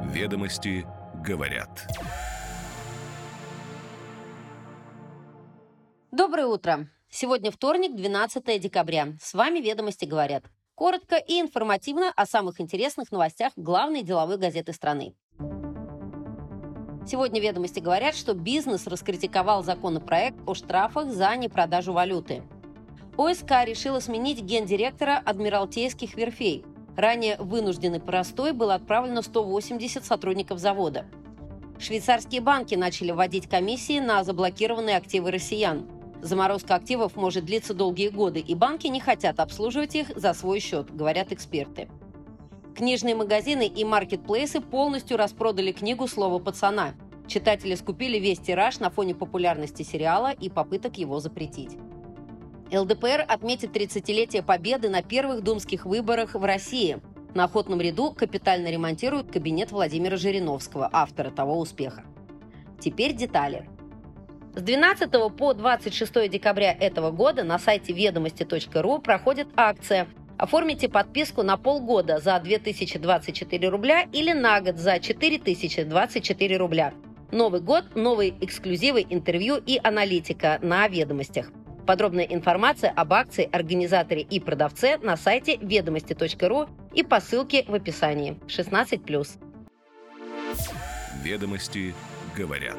Ведомости говорят. Доброе утро! Сегодня вторник, 12 декабря. С вами «Ведомости говорят». Коротко и информативно о самых интересных новостях главной деловой газеты страны. Сегодня «Ведомости говорят», что бизнес раскритиковал законопроект о штрафах за непродажу валюты. ОСК решила сменить гендиректора Адмиралтейских верфей. Ранее в вынужденный простой было отправлено 180 сотрудников завода. Швейцарские банки начали вводить комиссии на заблокированные активы россиян. Заморозка активов может длиться долгие годы, и банки не хотят обслуживать их за свой счет, говорят эксперты. Книжные магазины и маркетплейсы полностью распродали книгу «Слово пацана». Читатели скупили весь тираж на фоне популярности сериала и попыток его запретить. ЛДПР отметит 30-летие победы на первых думских выборах в России. На Охотном ряду капитально ремонтируют кабинет Владимира Жириновского, автора того успеха. Теперь детали. С 12 по 26 декабря этого года на сайте ведомости.ру проходит акция «Оформите подписку на полгода за 2024 рубля или на год за 4024 рубля». Новый год, новые эксклюзивы, интервью и аналитика на «Ведомостях». Подробная информация об акции, организаторе и продавце на сайте ведомости.ру и по ссылке в описании. 16+. Ведомости говорят.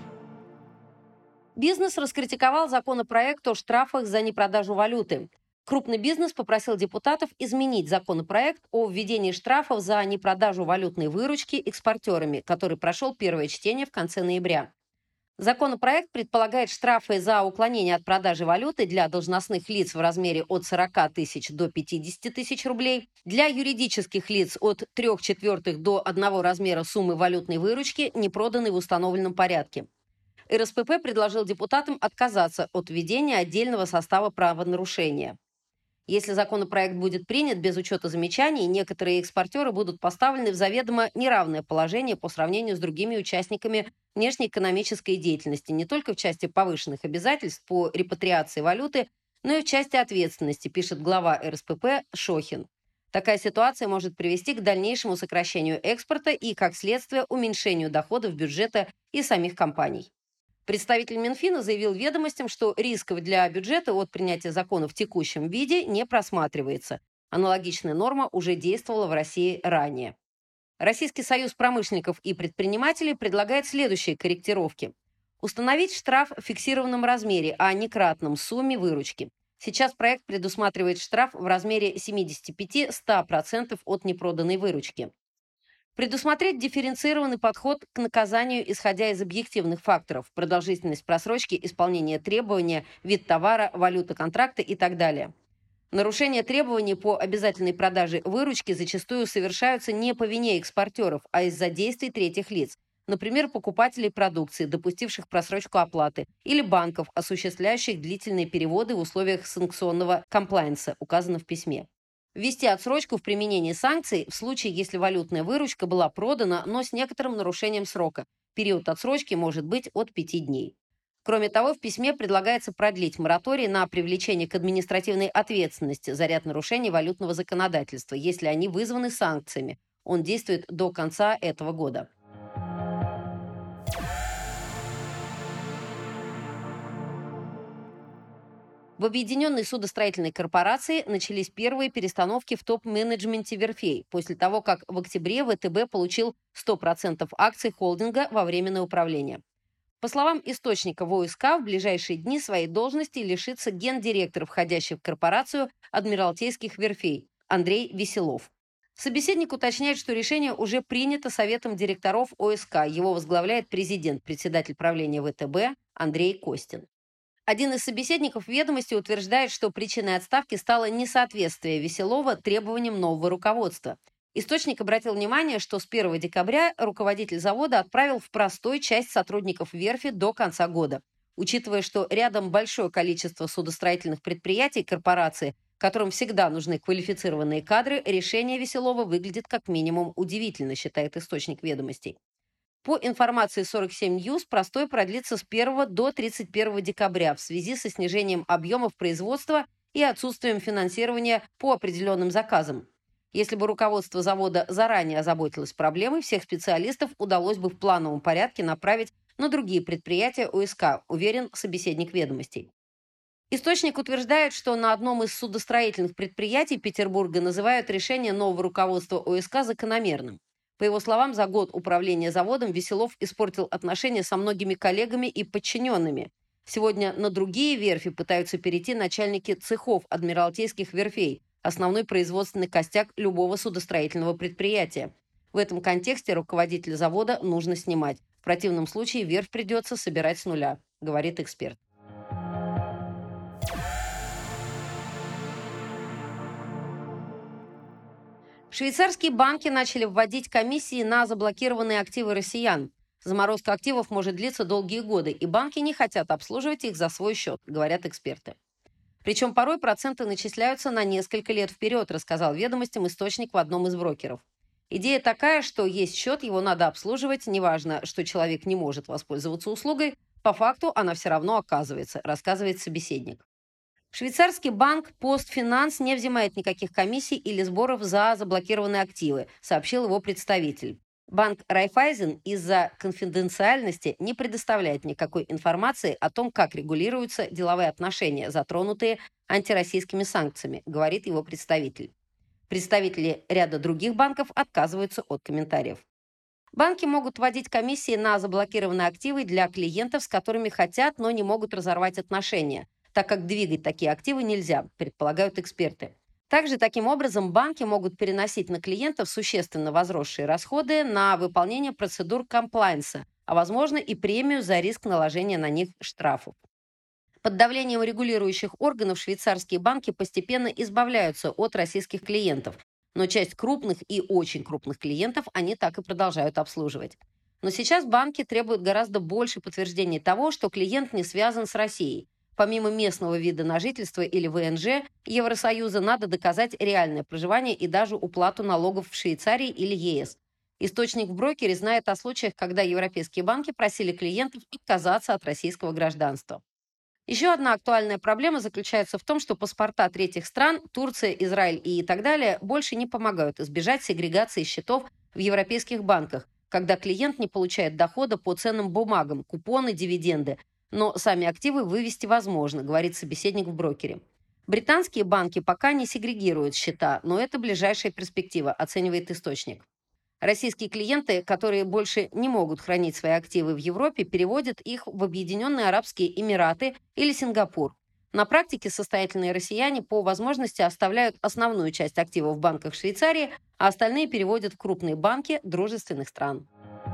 Бизнес раскритиковал законопроект о штрафах за непродажу валюты. Крупный бизнес попросил депутатов изменить законопроект о введении штрафов за непродажу валютной выручки экспортерами, который прошел первое чтение в конце ноября. Законопроект предполагает штрафы за уклонение от продажи валюты для должностных лиц в размере от 40 тысяч до 50 тысяч рублей, для юридических лиц от 3/4 до 1 размера суммы валютной выручки, не проданной в установленном порядке. РСПП предложил депутатам отказаться от введения отдельного состава правонарушения. Если законопроект будет принят без учета замечаний, некоторые экспортеры будут поставлены в заведомо неравное положение по сравнению с другими участниками внешнеэкономической деятельности, не только в части повышенных обязательств по репатриации валюты, но и в части ответственности, пишет глава РСПП Шохин. Такая ситуация может привести к дальнейшему сокращению экспорта и, как следствие, уменьшению доходов бюджета и самих компаний. Представитель Минфина заявил «Ведомостям», что рисков для бюджета от принятия закона в текущем виде не просматривается. Аналогичная норма уже действовала в России ранее. Российский союз промышленников и предпринимателей предлагает следующие корректировки. Установить штраф в фиксированном размере, а не кратном сумме выручки. Сейчас проект предусматривает штраф в размере 75-100% от непроданной выручки. Предусмотреть дифференцированный подход к наказанию, исходя из объективных факторов: продолжительность просрочки, исполнение требования, вид товара, валюта контракта и так далее. Нарушения требований по обязательной продаже выручки зачастую совершаются не по вине экспортеров, а из-за действий третьих лиц, например, покупателей продукции, допустивших просрочку оплаты, или банков, осуществляющих длительные переводы в условиях санкционного комплаенса, указано в письме. Ввести отсрочку в применении санкций в случае, если валютная выручка была продана, но с некоторым нарушением срока. Период отсрочки может быть от 5 дней. Кроме того, в письме предлагается продлить мораторий на привлечение к административной ответственности за ряд нарушений валютного законодательства, если они вызваны санкциями. Он действует до конца этого года. В Объединенной судостроительной корпорации начались первые перестановки в топ-менеджменте верфей, после того, как в октябре ВТБ получил 100% акций холдинга во временное управление. По словам источника в ОСК, в ближайшие дни своей должности лишится гендиректор, входящий в корпорацию Адмиралтейских верфей, Андрей Веселов. Собеседник уточняет, что решение уже принято Советом директоров ОСК. Его возглавляет президент, председатель правления ВТБ Андрей Костин. Один из собеседников «Ведомости» утверждает, что причиной отставки стало несоответствие Веселова требованиям нового руководства. Источник обратил внимание, что с 1 декабря руководитель завода отправил в простой часть сотрудников верфи до конца года. Учитывая, что рядом большое количество судостроительных предприятий корпорации, которым всегда нужны квалифицированные кадры, решение Веселова выглядит как минимум удивительно, считает источник «Ведомостей». По информации 47 News, простой продлится с 1 до 31 декабря в связи со снижением объемов производства и отсутствием финансирования по определенным заказам. Если бы руководство завода заранее озаботилось проблемой, всех специалистов удалось бы в плановом порядке направить на другие предприятия ОСК, уверен собеседник «Ведомостей». Источник утверждает, что на одном из судостроительных предприятий Петербурга называют решение нового руководства ОСК закономерным. По его словам, за год управления заводом Веселов испортил отношения со многими коллегами и подчиненными. Сегодня на другие верфи пытаются перейти начальники цехов адмиралтейских верфей, основной производственный костяк любого судостроительного предприятия. В этом контексте руководителя завода нужно снимать. В противном случае верфь придется собирать с нуля, говорит эксперт. Швейцарские банки начали вводить комиссии на заблокированные активы россиян. Заморозка активов может длиться долгие годы, и банки не хотят обслуживать их за свой счет, говорят эксперты. Причем порой проценты начисляются на несколько лет вперед, рассказал «Ведомостям» источник в одном из брокеров. Идея такая, что есть счет, его надо обслуживать, неважно, что человек не может воспользоваться услугой, по факту она все равно оказывается, рассказывает собеседник. Швейцарский банк «Постфинанс» не взимает никаких комиссий или сборов за заблокированные активы, сообщил его представитель. Банк Райффайзен из-за конфиденциальности не предоставляет никакой информации о том, как регулируются деловые отношения, затронутые антироссийскими санкциями, говорит его представитель. Представители ряда других банков отказываются от комментариев. Банки могут вводить комиссии на заблокированные активы для клиентов, с которыми хотят, но не могут разорвать отношения, так как двигать такие активы нельзя, предполагают эксперты. Также таким образом банки могут переносить на клиентов существенно возросшие расходы на выполнение процедур комплаенса, а возможно и премию за риск наложения на них штрафов. Под давлением регулирующих органов швейцарские банки постепенно избавляются от российских клиентов, но часть крупных и очень крупных клиентов они так и продолжают обслуживать. Но сейчас банки требуют гораздо больше подтверждений того, что клиент не связан с Россией. Помимо местного вида на жительство или ВНЖ Евросоюза надо доказать реальное проживание и даже уплату налогов в Швейцарии или ЕС. Источник в брокере знает о случаях, когда европейские банки просили клиентов отказаться от российского гражданства. Еще одна актуальная проблема заключается в том, что паспорта третьих стран, Турция, Израиль и так далее, больше не помогают избежать сегрегации счетов в европейских банках, когда клиент не получает дохода по ценным бумагам, купоны, дивиденды, но сами активы вывести возможно, говорит собеседник в брокере. Британские банки пока не сегрегируют счета, но это ближайшая перспектива, оценивает источник. Российские клиенты, которые больше не могут хранить свои активы в Европе, переводят их в Объединенные Арабские Эмираты или Сингапур. На практике состоятельные россияне по возможности оставляют основную часть активов в банках Швейцарии, а остальные переводят в крупные банки дружественных стран.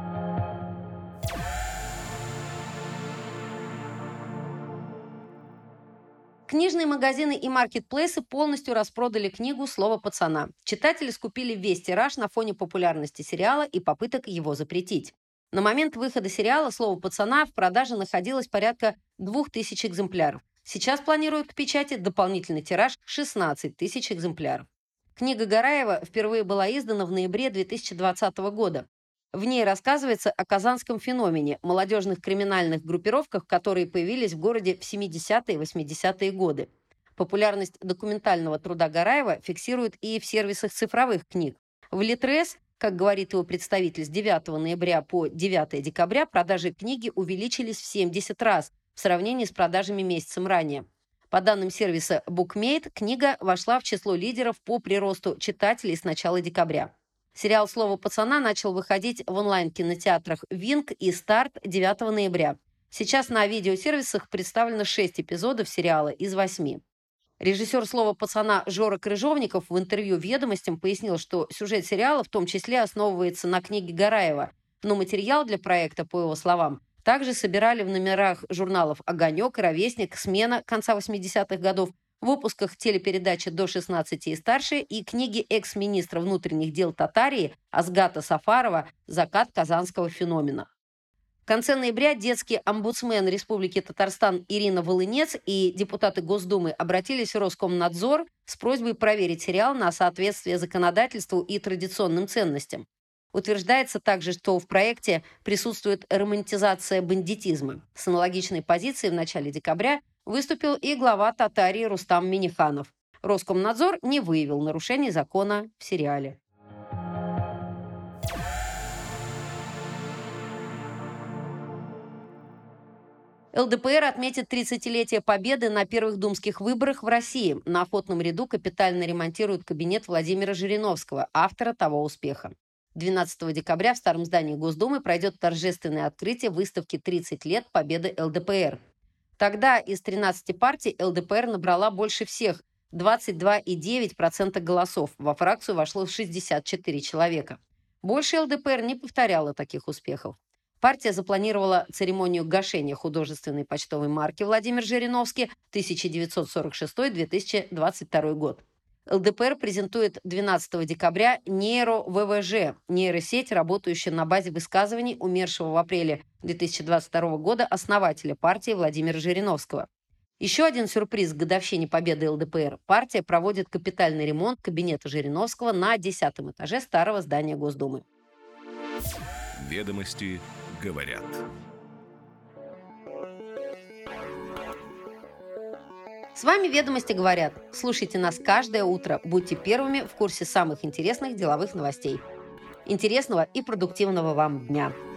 Книжные магазины и маркетплейсы полностью распродали книгу «Слово пацана». Читатели скупили весь тираж на фоне популярности сериала и попыток его запретить. На момент выхода сериала «Слово пацана» в продаже находилось порядка 2000 экземпляров. Сейчас планируют к печати дополнительный тираж 16 тысяч экземпляров. Книга Гараева впервые была издана в ноябре 2020 года. В ней рассказывается о казанском феномене, молодежных криминальных группировках, которые появились в городе в 70-е и 80-е годы. Популярность документального труда Гараева фиксируют и в сервисах цифровых книг. В Литрес, как говорит его представитель, с 9 ноября по 9 декабря продажи книги увеличились в 70 раз в сравнении с продажами месяцем ранее. По данным сервиса BookMate, книга вошла в число лидеров по приросту читателей с начала декабря. Сериал «Слово пацана» начал выходить в онлайн-кинотеатрах «Винк» и «Старт» 9 ноября. Сейчас на видеосервисах представлено 6 эпизодов сериала из 8. Режиссер «Слова пацана» Жора Крыжовников в интервью «Ведомостям» пояснил, что сюжет сериала в том числе основывается на книге Гараева, но материал для проекта, по его словам, также собирали в номерах журналов «Огонек», «Ровесник», «Смена» конца 80-х годов, в выпусках телепередачи «До 16 и старше» и книги экс-министра внутренних дел Татарии Азгата Сафарова «Закат казанского феномена». В конце ноября детский омбудсмен Республики Татарстан Ирина Волынец и депутаты Госдумы обратились в Роскомнадзор с просьбой проверить сериал на соответствие законодательству и традиционным ценностям. Утверждается также, что в проекте присутствует романтизация бандитизма. С аналогичной позицией в начале декабря выступил и глава Татарии Рустам Минниханов. Роскомнадзор не выявил нарушений закона в сериале. ЛДПР отметит 30-летие победы на первых думских выборах в России. На Охотном ряду капитально ремонтируют кабинет Владимира Жириновского, автора того успеха. 12 декабря в старом здании Госдумы пройдет торжественное открытие выставки «30 лет победы ЛДПР». Тогда из 13 партий ЛДПР набрала больше всех – 22,9% голосов. Во фракцию вошло 64 человека. Больше ЛДПР не повторяла таких успехов. Партия запланировала церемонию гашения художественной почтовой марки «Владимир Жириновский» 1946-2022 год. ЛДПР презентует 12 декабря нейро-ВВЖ – нейросеть, работающая на базе высказываний умершего в апреле 2022 года основателя партии Владимира Жириновского. Еще один сюрприз к годовщине победы ЛДПР. Партия проводит капитальный ремонт кабинета Жириновского на 10-м этаже старого здания Госдумы. Ведомости говорят. С вами «Ведомости говорят». Слушайте нас каждое утро. Будьте первыми в курсе самых интересных деловых новостей. Интересного и продуктивного вам дня!